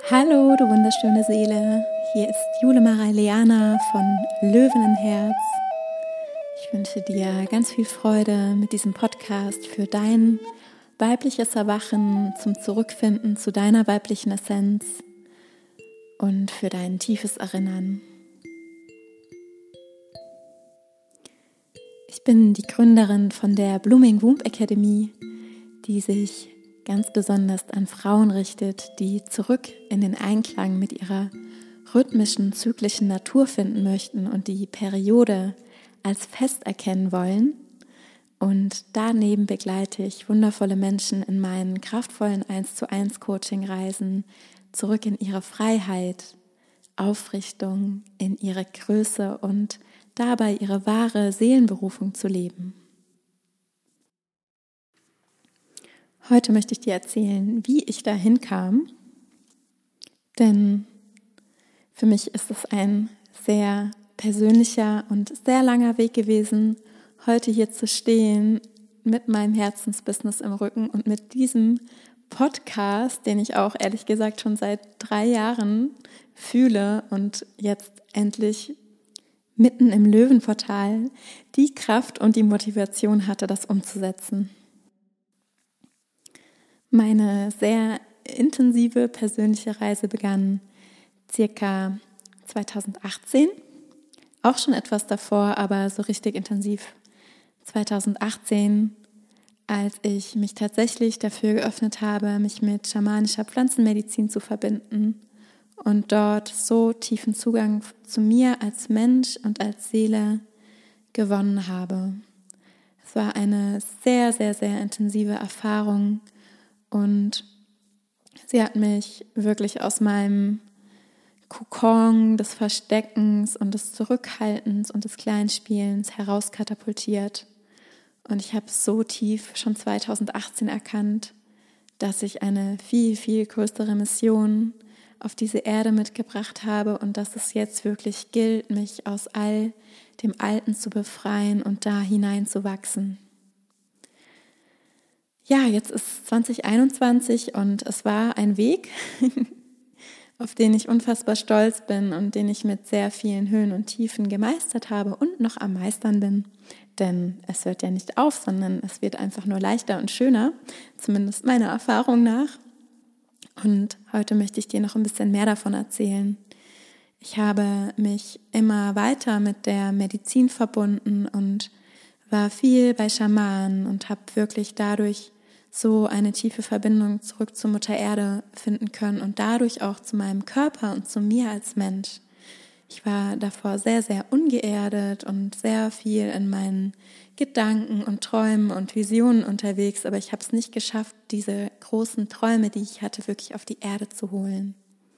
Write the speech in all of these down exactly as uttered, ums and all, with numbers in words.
Hallo, du wunderschöne Seele. Hier ist Jule Maria-Leana von Löwenherz. Ich wünsche dir ganz viel Freude mit diesem Podcast für dein weibliches Erwachen, zum Zurückfinden zu deiner weiblichen Essenz und für dein tiefes Erinnern. Ich bin die Gründerin von der Blooming Womb Academy, die sich ganz besonders an Frauen richtet, die zurück in den Einklang mit ihrer rhythmischen, zyklischen Natur finden möchten und die Periode als fest erkennen wollen. Und daneben begleite ich wundervolle Menschen in meinen kraftvollen eins zu eins Coaching-Reisen zurück in ihre Freiheit, Aufrichtung, in ihre Größe und dabei ihre wahre Seelenberufung zu leben. Heute möchte ich dir erzählen, wie ich dahin kam, denn für mich ist es ein sehr persönlicher und sehr langer Weg gewesen, heute hier zu stehen mit meinem Herzensbusiness im Rücken und mit diesem Podcast, den ich auch ehrlich gesagt schon seit drei Jahren fühle und jetzt endlich mitten im Löwenportal die Kraft und die Motivation hatte, das umzusetzen. Meine sehr intensive persönliche Reise begann circa zweitausendachtzehn, auch schon etwas davor, aber so richtig intensiv zweitausendachtzehn, als ich mich tatsächlich dafür geöffnet habe, mich mit schamanischer Pflanzenmedizin zu verbinden und dort so tiefen Zugang zu mir als Mensch und als Seele gewonnen habe. Es war eine sehr, sehr, sehr intensive Erfahrung. Und sie hat mich wirklich aus meinem Kokon des Versteckens und des Zurückhaltens und des Kleinspielens herauskatapultiert. Und ich habe so tief schon zweitausendachtzehn erkannt, dass ich eine viel, viel größere Mission auf diese Erde mitgebracht habe und dass es jetzt wirklich gilt, mich aus all dem Alten zu befreien und da hineinzuwachsen. Ja, jetzt ist zwanzig einundzwanzig und es war ein Weg, auf den ich unfassbar stolz bin und den ich mit sehr vielen Höhen und Tiefen gemeistert habe und noch am Meistern bin. Denn es hört ja nicht auf, sondern es wird einfach nur leichter und schöner, zumindest meiner Erfahrung nach. Und heute möchte ich dir noch ein bisschen mehr davon erzählen. Ich habe mich immer weiter mit der Medizin verbunden und war viel bei Schamanen und habe wirklich dadurch so eine tiefe Verbindung zurück zur Mutter Erde finden können und dadurch auch zu meinem Körper und zu mir als Mensch. Ich war davor sehr, sehr ungeerdet und sehr viel in meinen Gedanken und Träumen und Visionen unterwegs, aber ich habe es nicht geschafft, diese großen Träume, die ich hatte, wirklich auf die Erde zu holen.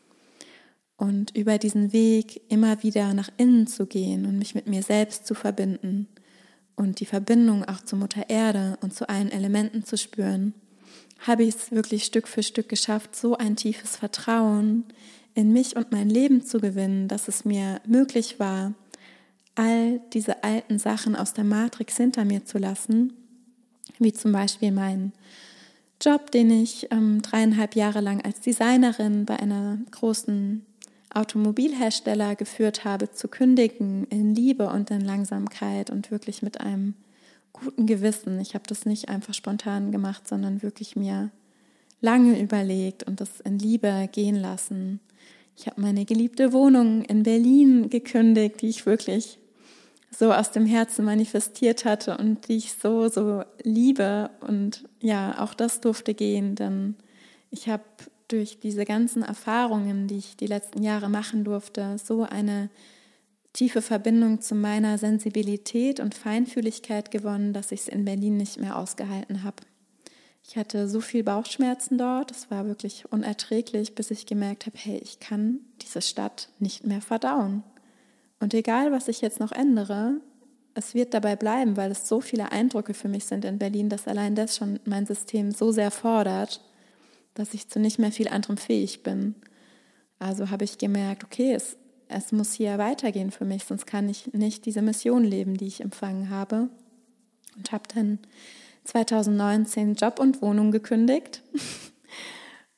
Und über diesen Weg immer wieder nach innen zu gehen und mich mit mir selbst zu verbinden und die Verbindung auch zur Mutter Erde und zu allen Elementen zu spüren, habe ich es wirklich Stück für Stück geschafft, so ein tiefes Vertrauen in mich und mein Leben zu gewinnen, dass es mir möglich war, all diese alten Sachen aus der Matrix hinter mir zu lassen, wie zum Beispiel meinen Job, den ich ähm, dreieinhalb Jahre lang als Designerin bei einer großen Automobilhersteller geführt habe, zu kündigen in Liebe und in Langsamkeit und wirklich mit einem guten Gewissen. Ich habe das nicht einfach spontan gemacht, sondern wirklich mir lange überlegt und das in Liebe gehen lassen. Ich habe meine geliebte Wohnung in Berlin gekündigt, die ich wirklich so aus dem Herzen manifestiert hatte und die ich so, so liebe. Und ja, auch das durfte gehen, denn ich habe durch diese ganzen Erfahrungen, die ich die letzten Jahre machen durfte, so eine tiefe Verbindung zu meiner Sensibilität und Feinfühligkeit gewonnen, dass ich es in Berlin nicht mehr ausgehalten habe. Ich hatte so viel Bauchschmerzen dort, es war wirklich unerträglich, bis ich gemerkt habe, hey, ich kann diese Stadt nicht mehr verdauen. Und egal, was ich jetzt noch ändere, es wird dabei bleiben, weil es so viele Eindrücke für mich sind in Berlin, dass allein das schon mein System so sehr fordert, dass ich zu nicht mehr viel anderem fähig bin. Also habe ich gemerkt, okay, es, es muss hier weitergehen für mich, sonst kann ich nicht diese Mission leben, die ich empfangen habe. Und habe dann zweitausendneunzehn Job und Wohnung gekündigt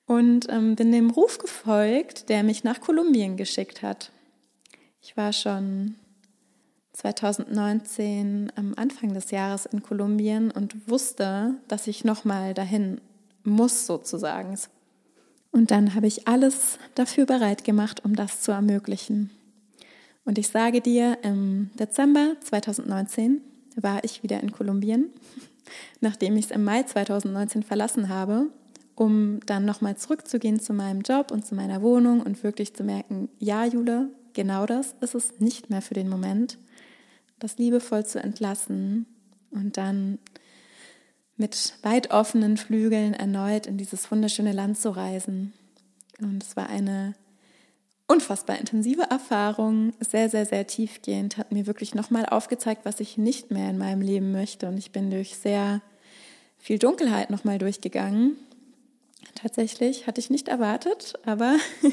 und ähm, bin dem Ruf gefolgt, der mich nach Kolumbien geschickt hat. Ich war schon zwanzig neunzehn am Anfang des Jahres in Kolumbien und wusste, dass ich nochmal dahin muss sozusagen. Und dann habe ich alles dafür bereit gemacht, um das zu ermöglichen. Und ich sage dir, im Dezember zwanzig neunzehn war ich wieder in Kolumbien, nachdem ich es im Mai zwanzig neunzehn verlassen habe, um dann nochmal zurückzugehen zu meinem Job und zu meiner Wohnung und wirklich zu merken, ja Jule, genau das ist es nicht mehr für den Moment, das liebevoll zu entlassen und dann mit weit offenen Flügeln erneut in dieses wunderschöne Land zu reisen. Und es war eine unfassbar intensive Erfahrung, sehr, sehr, sehr tiefgehend, hat mir wirklich nochmal aufgezeigt, was ich nicht mehr in meinem Leben möchte. Und ich bin durch sehr viel Dunkelheit nochmal durchgegangen. Tatsächlich hatte ich nicht erwartet, aber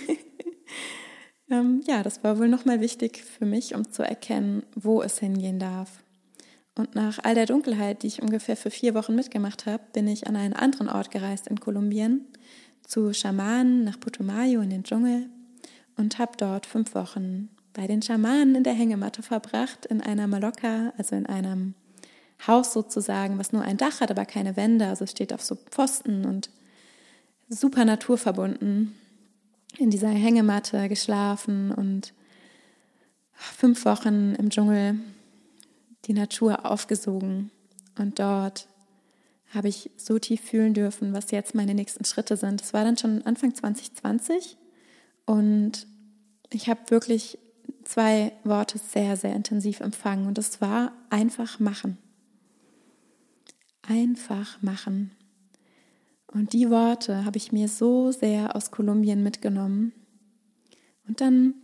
ähm, ja, das war wohl nochmal wichtig für mich, um zu erkennen, wo es hingehen darf. Und nach all der Dunkelheit, die ich ungefähr für vier Wochen mitgemacht habe, bin ich an einen anderen Ort gereist in Kolumbien, zu Schamanen nach Putumayo in den Dschungel und habe dort fünf Wochen bei den Schamanen in der Hängematte verbracht, in einer Maloca, also in einem Haus sozusagen, was nur ein Dach hat, aber keine Wände, also es steht auf so Pfosten und super naturverbunden, in dieser Hängematte geschlafen und fünf Wochen im Dschungel die Natur aufgesogen. Und dort habe ich so tief fühlen dürfen, was jetzt meine nächsten Schritte sind. Das war dann schon Anfang zwanzig zwanzig und ich habe wirklich zwei Worte sehr, sehr intensiv empfangen und das war einfach machen. Einfach machen. Und die Worte habe ich mir so sehr aus Kolumbien mitgenommen. Und dann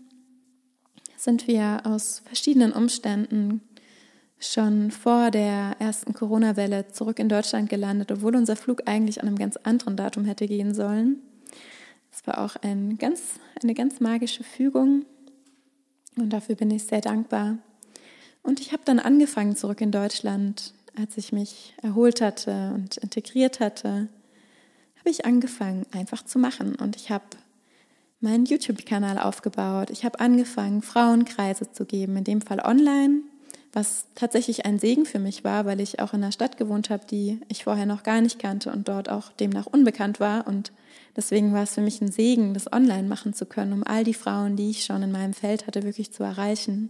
sind wir aus verschiedenen Umständen schon vor der ersten Corona-Welle zurück in Deutschland gelandet, obwohl unser Flug eigentlich an einem ganz anderen Datum hätte gehen sollen. Es war auch ein ganz, eine ganz magische Fügung und dafür bin ich sehr dankbar. Und ich habe dann angefangen zurück in Deutschland, als ich mich erholt hatte und integriert hatte, habe ich angefangen einfach zu machen und ich habe meinen YouTube-Kanal aufgebaut. Ich habe angefangen, Frauenkreise zu geben, in dem Fall online, was tatsächlich ein Segen für mich war, weil ich auch in einer Stadt gewohnt habe, die ich vorher noch gar nicht kannte und dort auch demnach unbekannt war. Und deswegen war es für mich ein Segen, das online machen zu können, um all die Frauen, die ich schon in meinem Feld hatte, wirklich zu erreichen.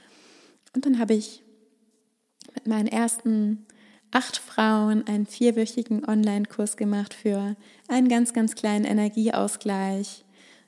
Und dann habe ich mit meinen ersten acht Frauen einen vierwöchigen Online-Kurs gemacht für einen ganz, ganz kleinen Energieausgleich.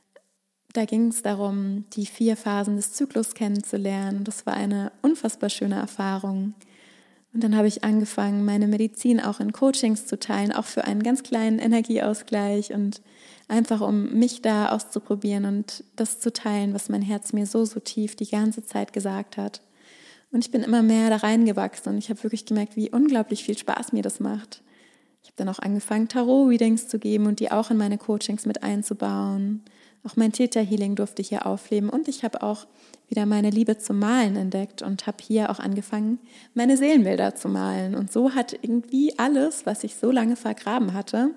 Da ging es darum, die vier Phasen des Zyklus kennenzulernen. Das war eine unfassbar schöne Erfahrung. Und dann habe ich angefangen, meine Medizin auch in Coachings zu teilen, auch für einen ganz kleinen Energieausgleich und einfach um mich da auszuprobieren und das zu teilen, was mein Herz mir so, so tief die ganze Zeit gesagt hat. Und ich bin immer mehr da reingewachsen und ich habe wirklich gemerkt, wie unglaublich viel Spaß mir das macht. Ich habe dann auch angefangen, Tarot-Readings zu geben und die auch in meine Coachings mit einzubauen. Auch mein Theta-Healing durfte ich hier aufleben und ich habe auch wieder meine Liebe zum Malen entdeckt und habe hier auch angefangen, meine Seelenbilder zu malen. Und so hat irgendwie alles, was ich so lange vergraben hatte,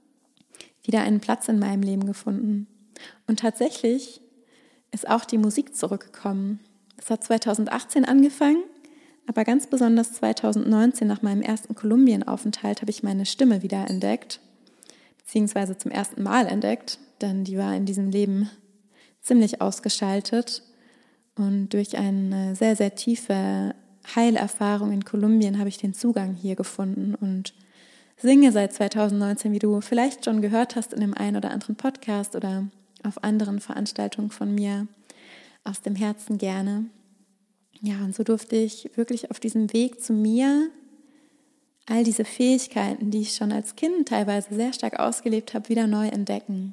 wieder einen Platz in meinem Leben gefunden. Und tatsächlich ist auch die Musik zurückgekommen. Es hat zwanzig achtzehn angefangen, aber ganz besonders zwanzig neunzehn nach meinem ersten Kolumbien-Aufenthalt habe ich meine Stimme wieder entdeckt, beziehungsweise zum ersten Mal entdeckt, denn die war in diesem Leben ziemlich ausgeschaltet. Und durch eine sehr, sehr tiefe Heilerfahrung in Kolumbien habe ich den Zugang hier gefunden und singe seit zwanzig neunzehn, wie du vielleicht schon gehört hast in dem einen oder anderen Podcast oder auf anderen Veranstaltungen von mir, aus dem Herzen gerne. Ja, und so durfte ich wirklich auf diesem Weg zu mir all diese Fähigkeiten, die ich schon als Kind teilweise sehr stark ausgelebt habe, wieder neu entdecken.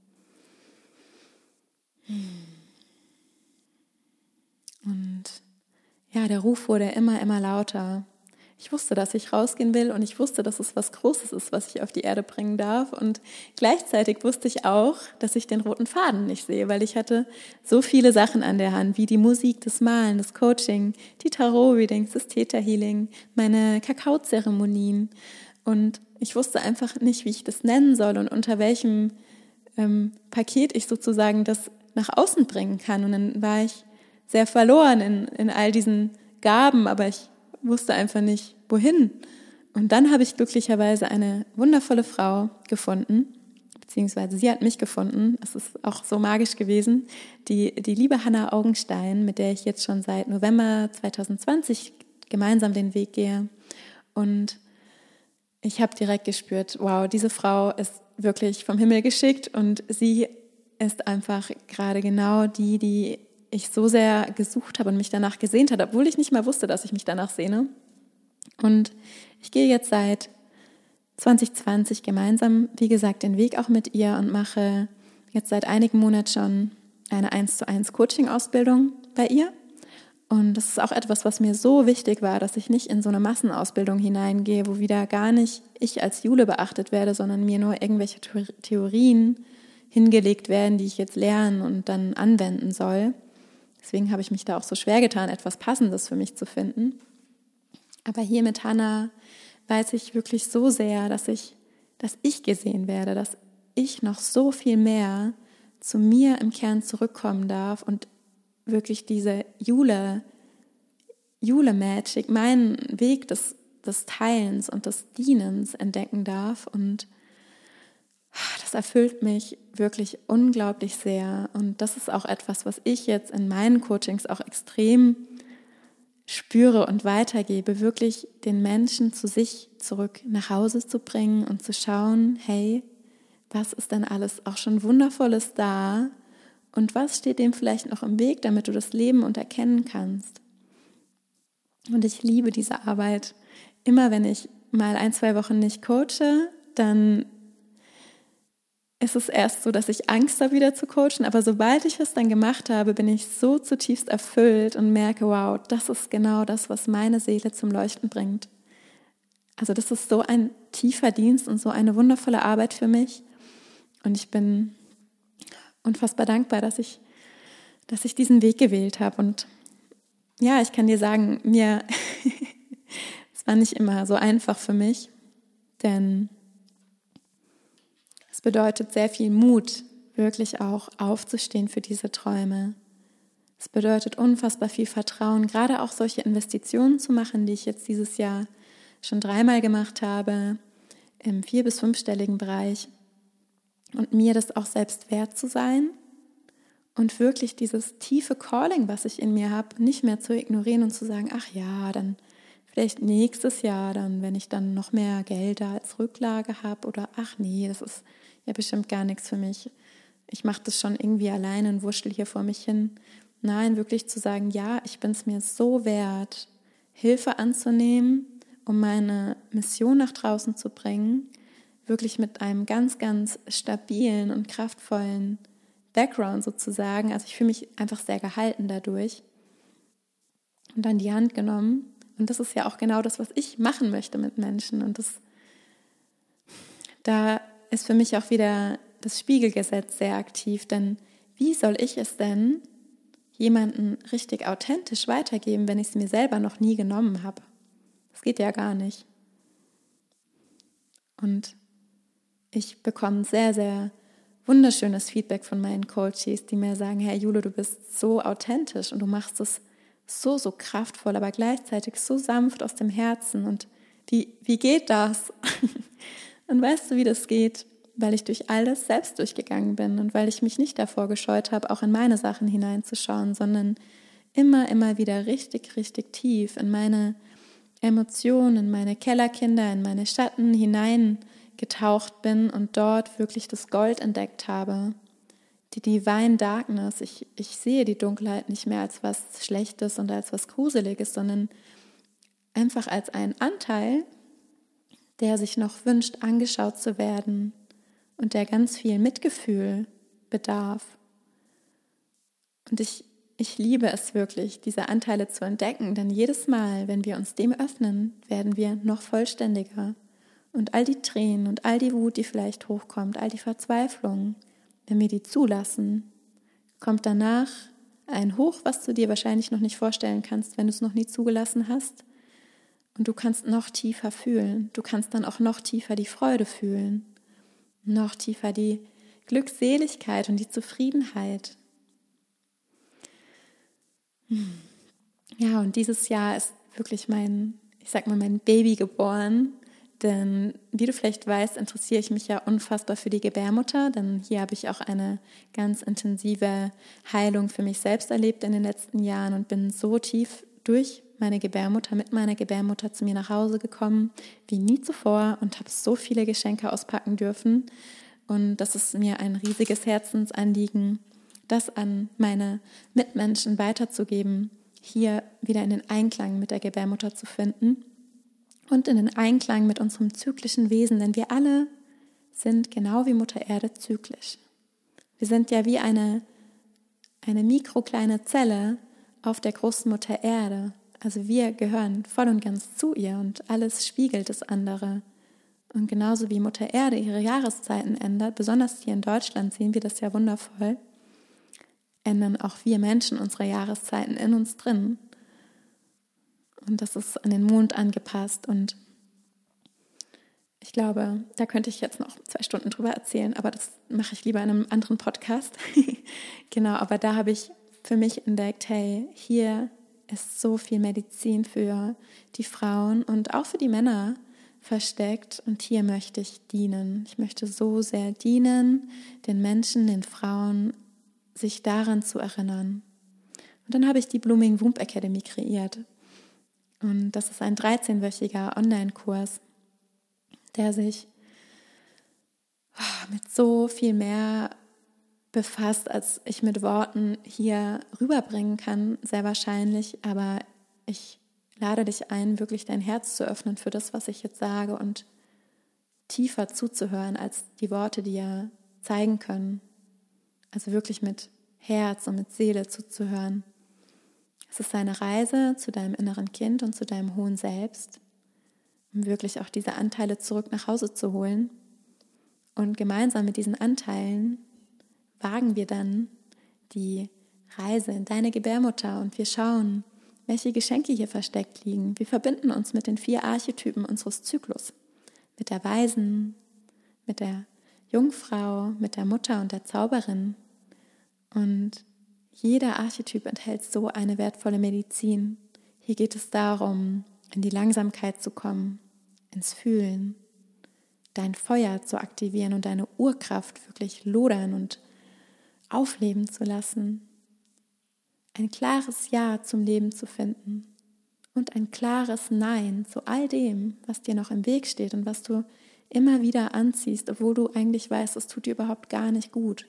Und ja, der Ruf wurde immer, immer lauter. Ich wusste, dass ich rausgehen will und ich wusste, dass es was Großes ist, was ich auf die Erde bringen darf. Und gleichzeitig wusste ich auch, dass ich den roten Faden nicht sehe, weil ich hatte so viele Sachen an der Hand, wie die Musik, das Malen, das Coaching, die Tarot-Readings, das Theta-Healing, meine Kakaozeremonien. Und ich wusste einfach nicht, wie ich das nennen soll und unter welchem ähm, Paket ich sozusagen das nach außen bringen kann. Und dann war ich sehr verloren in, in all diesen Gaben, aber ich wusste einfach nicht, wohin. Und dann habe ich glücklicherweise eine wundervolle Frau gefunden, beziehungsweise sie hat mich gefunden. Es ist auch so magisch gewesen. Die, die liebe Hanna Augenstein, mit der ich jetzt schon seit November zwanzig zwanzig gemeinsam den Weg gehe. Und ich habe direkt gespürt, wow, diese Frau ist wirklich vom Himmel geschickt und sie ist einfach gerade genau die, die ich so sehr gesucht habe und mich danach gesehnt habe, obwohl ich nicht mal wusste, dass ich mich danach sehne. Und ich gehe jetzt seit zwanzig zwanzig gemeinsam, wie gesagt, den Weg auch mit ihr und mache jetzt seit einigen Monaten schon eine eins zu eins Coaching-Ausbildung bei ihr. Und das ist auch etwas, was mir so wichtig war, dass ich nicht in so eine Massenausbildung hineingehe, wo wieder gar nicht ich als Jule beachtet werde, sondern mir nur irgendwelche Theorien hingelegt werden, die ich jetzt lernen und dann anwenden soll. Deswegen habe ich mich da auch so schwer getan, etwas Passendes für mich zu finden. Aber hier mit Hanna weiß ich wirklich so sehr, dass ich, dass ich gesehen werde, dass ich noch so viel mehr zu mir im Kern zurückkommen darf und wirklich diese Jule, Jule-Magic, meinen Weg des, des Teilens und des Dienens entdecken darf. Und das erfüllt mich wirklich unglaublich sehr. Und das ist auch etwas, was ich jetzt in meinen Coachings auch extrem spüre und weitergebe, wirklich den Menschen zu sich zurück nach Hause zu bringen und zu schauen, hey, was ist denn alles auch schon Wundervolles da und was steht dem vielleicht noch im Weg, damit du das Leben und erkennen kannst. Und ich liebe diese Arbeit. Immer wenn ich mal ein, zwei Wochen nicht coache, dann ist es erst so, dass ich Angst habe, wieder zu coachen, aber sobald ich es dann gemacht habe, bin ich so zutiefst erfüllt und merke, wow, das ist genau das, was meine Seele zum Leuchten bringt. Also das ist so ein tiefer Dienst und so eine wundervolle Arbeit für mich und ich bin unfassbar dankbar, dass ich, dass ich diesen Weg gewählt habe und ja, ich kann dir sagen, mir, es war nicht immer so einfach für mich, denn es bedeutet sehr viel Mut, wirklich auch aufzustehen für diese Träume. Es bedeutet unfassbar viel Vertrauen, gerade auch solche Investitionen zu machen, die ich jetzt dieses Jahr schon dreimal gemacht habe, im vier- bis fünfstelligen Bereich. Und mir das auch selbst wert zu sein und wirklich dieses tiefe Calling, was ich in mir habe, nicht mehr zu ignorieren und zu sagen, ach ja, dann vielleicht nächstes Jahr, dann, wenn ich dann noch mehr Geld da als Rücklage habe oder ach nee, das ist ja bestimmt gar nichts für mich. Ich mache das schon irgendwie alleine und wurschtel hier vor mich hin. Nein, wirklich zu sagen, ja, ich bin es mir so wert, Hilfe anzunehmen, um meine Mission nach draußen zu bringen, wirklich mit einem ganz, ganz stabilen und kraftvollen Background sozusagen. Also ich fühle mich einfach sehr gehalten dadurch und dann die Hand genommen. Und das ist ja auch genau das, was ich machen möchte mit Menschen. Und das, da ist für mich auch wieder das Spiegelgesetz sehr aktiv. Denn wie soll ich es denn jemanden richtig authentisch weitergeben, wenn ich es mir selber noch nie genommen habe? Das geht ja gar nicht. Und ich bekomme sehr, sehr wunderschönes Feedback von meinen Coaches, die mir sagen, hey Jule, du bist so authentisch und du machst es so, so kraftvoll, aber gleichzeitig so sanft aus dem Herzen. Und wie, wie geht das? Und weißt du, wie das geht? Weil ich durch alles selbst durchgegangen bin und weil ich mich nicht davor gescheut habe, auch in meine Sachen hineinzuschauen, sondern immer, immer wieder richtig, richtig tief in meine Emotionen, in meine Kellerkinder, in meine Schatten hineingetaucht bin und dort wirklich das Gold entdeckt habe. Die Divine Darkness. Ich, ich sehe die Dunkelheit nicht mehr als was Schlechtes und als was Gruseliges, sondern einfach als einen Anteil, der sich noch wünscht, angeschaut zu werden und der ganz viel Mitgefühl bedarf. Und ich, ich liebe es wirklich, diese Anteile zu entdecken, denn jedes Mal, wenn wir uns dem öffnen, werden wir noch vollständiger. Und all die Tränen und all die Wut, die vielleicht hochkommt, all die Verzweiflung, wenn wir die zulassen, kommt danach ein Hoch, was du dir wahrscheinlich noch nicht vorstellen kannst, wenn du es noch nie zugelassen hast. Und du kannst noch tiefer fühlen. Du kannst dann auch noch tiefer die Freude fühlen, noch tiefer die Glückseligkeit und die Zufriedenheit. Ja, und dieses Jahr ist wirklich mein, ich sag mal, mein Baby geboren. Denn wie du vielleicht weißt, interessiere ich mich ja unfassbar für die Gebärmutter, denn hier habe ich auch eine ganz intensive Heilung für mich selbst erlebt in den letzten Jahren und bin so tief durch meine Gebärmutter, mit meiner Gebärmutter zu mir nach Hause gekommen, wie nie zuvor und habe so viele Geschenke auspacken dürfen. Und das ist mir ein riesiges Herzensanliegen, das an meine Mitmenschen weiterzugeben, hier wieder in den Einklang mit der Gebärmutter zu finden. Und in den Einklang mit unserem zyklischen Wesen, denn wir alle sind genau wie Mutter Erde zyklisch. Wir sind ja wie eine, eine mikrokleine Zelle auf der großen Mutter Erde. Also wir gehören voll und ganz zu ihr und alles spiegelt das andere. Und genauso wie Mutter Erde ihre Jahreszeiten ändert, besonders hier in Deutschland sehen wir das ja wundervoll, ändern auch wir Menschen unsere Jahreszeiten in uns drin. Und das ist an den Mond angepasst. Und ich glaube, da könnte ich jetzt noch zwei Stunden drüber erzählen, aber das mache ich lieber in einem anderen Podcast. Genau, aber da habe ich für mich entdeckt, hey, hier ist so viel Medizin für die Frauen und auch für die Männer versteckt. Und hier möchte ich dienen. Ich möchte so sehr dienen, den Menschen, den Frauen, sich daran zu erinnern. Und dann habe ich die Blooming Womb Academy kreiert. Und das ist ein dreizehnwöchiger Online-Kurs, der sich mit so viel mehr befasst, als ich mit Worten hier rüberbringen kann, sehr wahrscheinlich. Aber ich lade dich ein, wirklich dein Herz zu öffnen für das, was ich jetzt sage und tiefer zuzuhören, als die Worte dir zeigen können. Also wirklich mit Herz und mit Seele zuzuhören. Es ist eine Reise zu deinem inneren Kind und zu deinem hohen Selbst, um wirklich auch diese Anteile zurück nach Hause zu holen. Und gemeinsam mit diesen Anteilen wagen wir dann die Reise in deine Gebärmutter und wir schauen, welche Geschenke hier versteckt liegen. Wir verbinden uns mit den vier Archetypen unseres Zyklus, mit der Weisen, mit der Jungfrau, mit der Mutter und der Zauberin. Und jeder Archetyp enthält so eine wertvolle Medizin. Hier geht es darum, in die Langsamkeit zu kommen, ins Fühlen, dein Feuer zu aktivieren und deine Urkraft wirklich lodern und aufleben zu lassen. Ein klares Ja zum Leben zu finden und ein klares Nein zu all dem, was dir noch im Weg steht und was du immer wieder anziehst, obwohl du eigentlich weißt, es tut dir überhaupt gar nicht gut.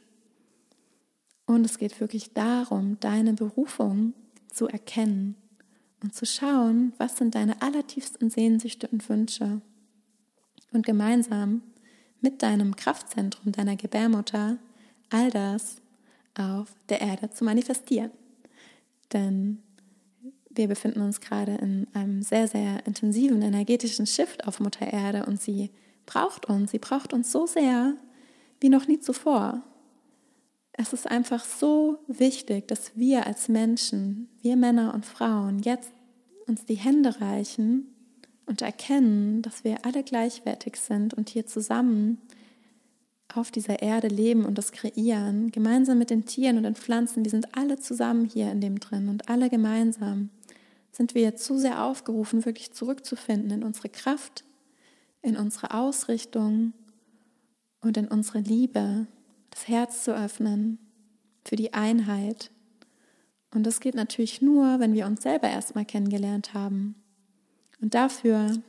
Und es geht wirklich darum, deine Berufung zu erkennen und zu schauen, was sind deine allertiefsten Sehnsüchte und Wünsche. Und gemeinsam mit deinem Kraftzentrum, deiner Gebärmutter, all das auf der Erde zu manifestieren. Denn wir befinden uns gerade in einem sehr, sehr intensiven energetischen Shift auf Mutter Erde und sie braucht uns, sie braucht uns so sehr wie noch nie zuvor. Es ist einfach so wichtig, dass wir als Menschen, wir Männer und Frauen, jetzt uns die Hände reichen und erkennen, dass wir alle gleichwertig sind und hier zusammen auf dieser Erde leben und das kreieren, gemeinsam mit den Tieren und den Pflanzen. Wir sind alle zusammen hier in dem drin und alle gemeinsam sind wir jetzt zu sehr aufgerufen, wirklich zurückzufinden in unsere Kraft, in unsere Ausrichtung und in unsere Liebe. Das Herz zu öffnen für die Einheit. Und das geht natürlich nur, wenn wir uns selber erstmal kennengelernt haben. Und dafür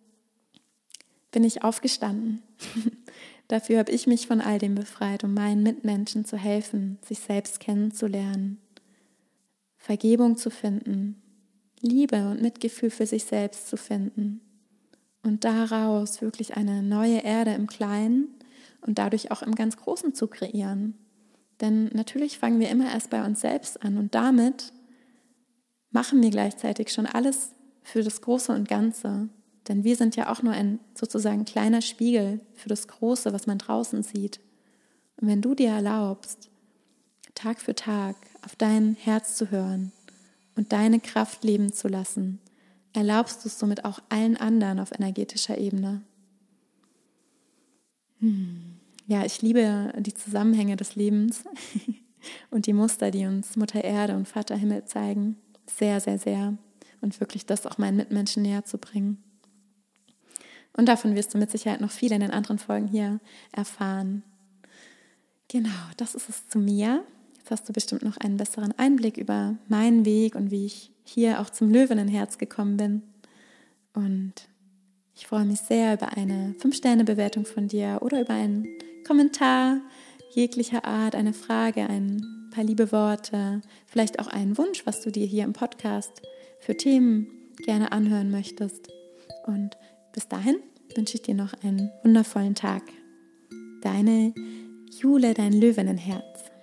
bin ich aufgestanden. Dafür habe ich mich von all dem befreit, um meinen Mitmenschen zu helfen, sich selbst kennenzulernen, Vergebung zu finden, Liebe und Mitgefühl für sich selbst zu finden und daraus wirklich eine neue Erde im Kleinen und dadurch auch im ganz Großen zu kreieren. Denn natürlich fangen wir immer erst bei uns selbst an und damit machen wir gleichzeitig schon alles für das Große und Ganze. Denn wir sind ja auch nur ein sozusagen kleiner Spiegel für das Große, was man draußen sieht. Und wenn du dir erlaubst, Tag für Tag auf dein Herz zu hören und deine Kraft leben zu lassen, erlaubst du es somit auch allen anderen auf energetischer Ebene. Hm. ja, ich liebe die Zusammenhänge des Lebens und die Muster, die uns Mutter Erde und Vater Himmel zeigen. Sehr, sehr, sehr. Und wirklich das auch meinen Mitmenschen näher zu bringen. Und davon wirst du mit Sicherheit noch viel in den anderen Folgen hier erfahren. Genau, das ist es zu mir. Jetzt hast du bestimmt noch einen besseren Einblick über meinen Weg und wie ich hier auch zum Löwinnenherz gekommen bin. Und ich freue mich sehr über eine fünf Sterne Bewertung von dir oder über einen Kommentar jeglicher Art, eine Frage, ein paar liebe Worte, vielleicht auch einen Wunsch, was du dir hier im Podcast für Themen gerne anhören möchtest. Und bis dahin wünsche ich dir noch einen wundervollen Tag. Deine Jule, dein Löwinnenherz.